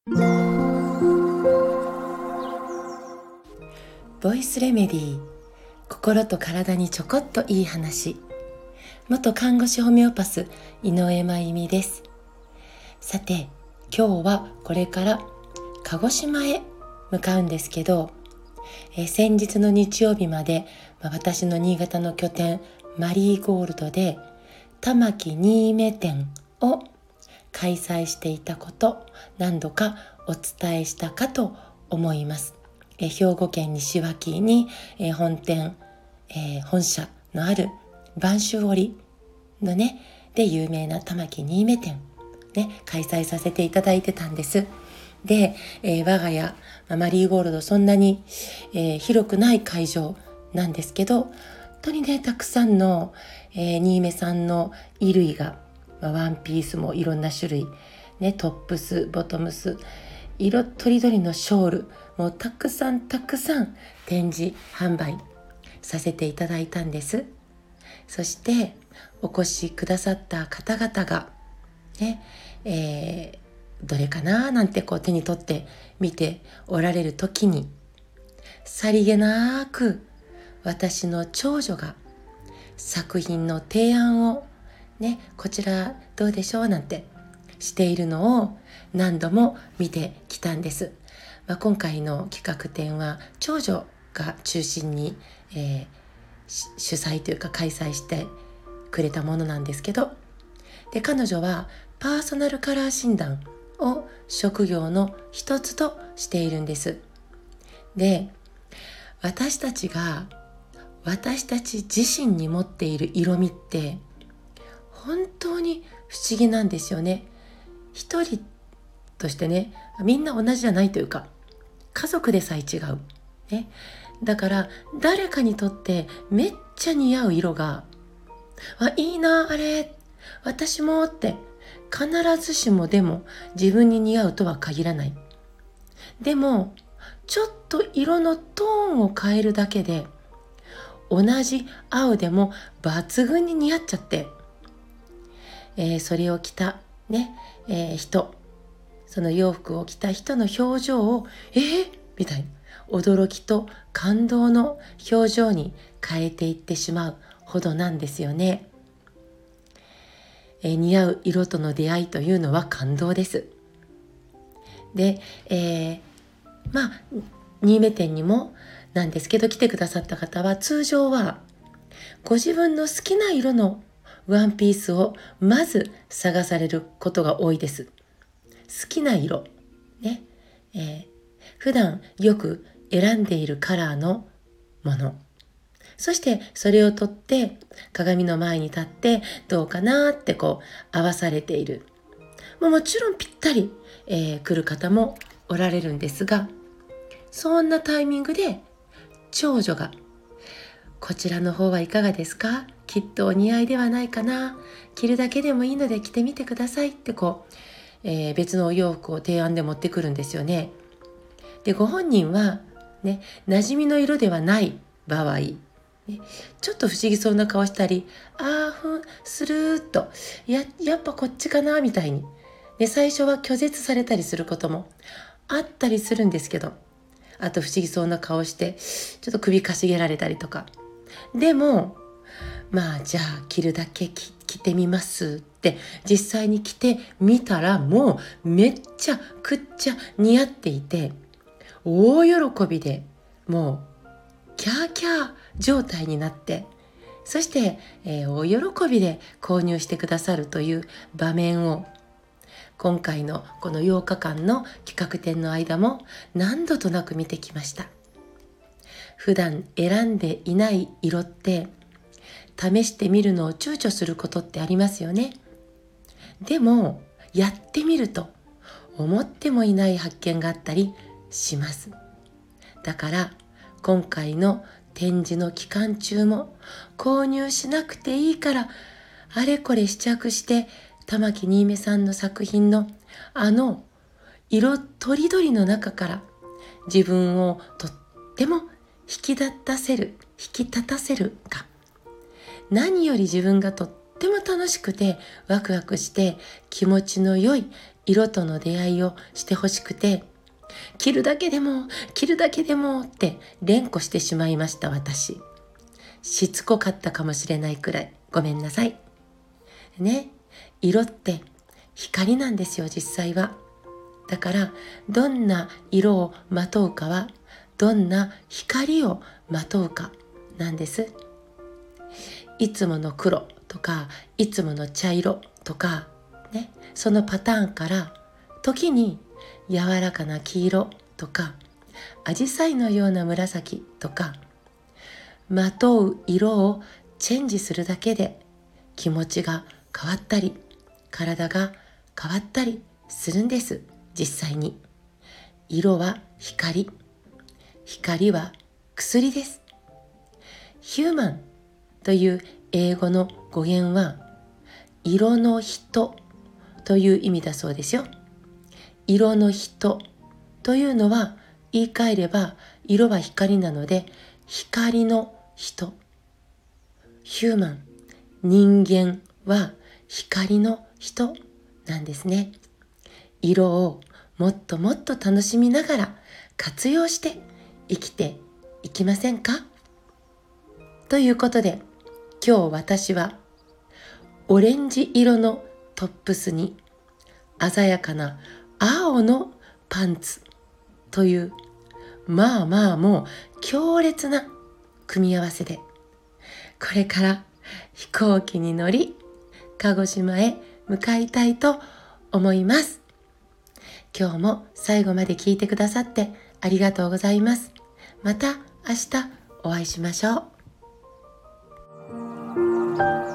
ボイスレメディー、心と体にちょこっといい話。元看護師ホメオパス井上真由美です。さて、今日はこれから鹿児島へ向かうんですけど、先日の日曜日まで、私の新潟の拠点マリーゴールドで玉城新芽展を開催していたこと、何度かお伝えしたかと思います。兵庫県西脇に、本店、本社のある播州織のねで有名な玉城新芽展開催させていただいてたんです。で、我が家マリーゴールドそんなに、広くない会場なんですけど、本当にねたくさんの、新芽さんの衣類が、ワンピースもいろんな種類、トップスボトムス、色とりどりのショールもうたくさん展示販売させていただいたんです。そしてお越しくださった方々がどれかななんて手に取って見ておられる時に、さりげなく私の長女が作品の提案をこちらどうでしょうなんてしているのを何度も見てきたんです。今回の企画展は長女が中心に、主催というか開催してくれたものなんですけど、で彼女はパーソナルカラー診断を職業の一つとしているんです。で、私たち自身に持っている色味って本当に不思議なんですよね。一人としてみんな同じじゃないというか、家族でさえ違う、だから誰かにとってめっちゃ似合う色が、いいなあれ私もって必ずしもでも自分に似合うとは限らない。でもちょっと色のトーンを変えるだけで同じ青でも抜群に似合っちゃって、それを着た人、その洋服を着た人の表情をみたいな驚きと感動の表情に変えていってしまうほどなんですよね。似合う色との出会いというのは感動です。で、新芽店にもなんですけど、来てくださった方は通常はご自分の好きな色のワンピースをまず探されることが多いです。好きな色普段よく選んでいるカラーのもの、そしてそれを取って鏡の前に立ってどうかなって合わされている。もちろんぴったり、来る方もおられるんですが、そんなタイミングで長女がこちらの方はいかがですか、きっとお似合いではないかな、着るだけでもいいので着てみてくださいって別のお洋服を提案で持ってくるんですよね。で、ご本人は馴染みの色ではない場合、ちょっと不思議そうな顔したり、スルーっとやっぱこっちかなみたいに、最初は拒絶されたりすることもあったりするんですけど、あと不思議そうな顔してちょっと首かしげられたりとか、でもじゃあ着るだけ着てみますって実際に着てみたら、もうめっちゃくっちゃ似合っていて、大喜びでもうキャーキャー状態になって、そして、大喜びで購入してくださるという場面を今回のこの8日間の企画展の間も何度となく見てきました。普段選んでいない色って試してみるのを躊躇することってありますよね。でもやってみると思ってもいない発見があったりします。だから今回の展示の期間中も購入しなくていいから、あれこれ試着して玉城新芽さんの作品の色とりどりの中から自分をとっても引き立たせるか、何より自分がとっっても楽しくてワクワクして気持ちの良い色との出会いをしてほしくて、着るだけでも着るだけでもって連呼してしまいました。私しつこかったかもしれないくらいごめんなさいね。色って光なんですよ、実際は。だからどんな色をまとうかはどんな光をまとうかなんです。いつもの黒とかいつもの茶色とかね、そのパターンから時に柔らかな黄色とか紫陽花のような紫とか、まとう色をチェンジするだけで気持ちが変わったり体が変わったりするんです。実際に色は光、光は薬です。ヒューマンという英語の語源は色の人という意味だそうですよ。色の人というのは言い換えれば色は光なので光の人。ヒューマン、人間は光の人なんですね。色をもっともっと楽しみながら活用して生きていきませんか？ということで今日私はオレンジ色のトップスに鮮やかな青のパンツというまあまあもう強烈な組み合わせでこれから飛行機に乗り鹿児島へ向かいたいと思います。今日も最後まで聞いてくださってありがとうございます。また明日お会いしましょう。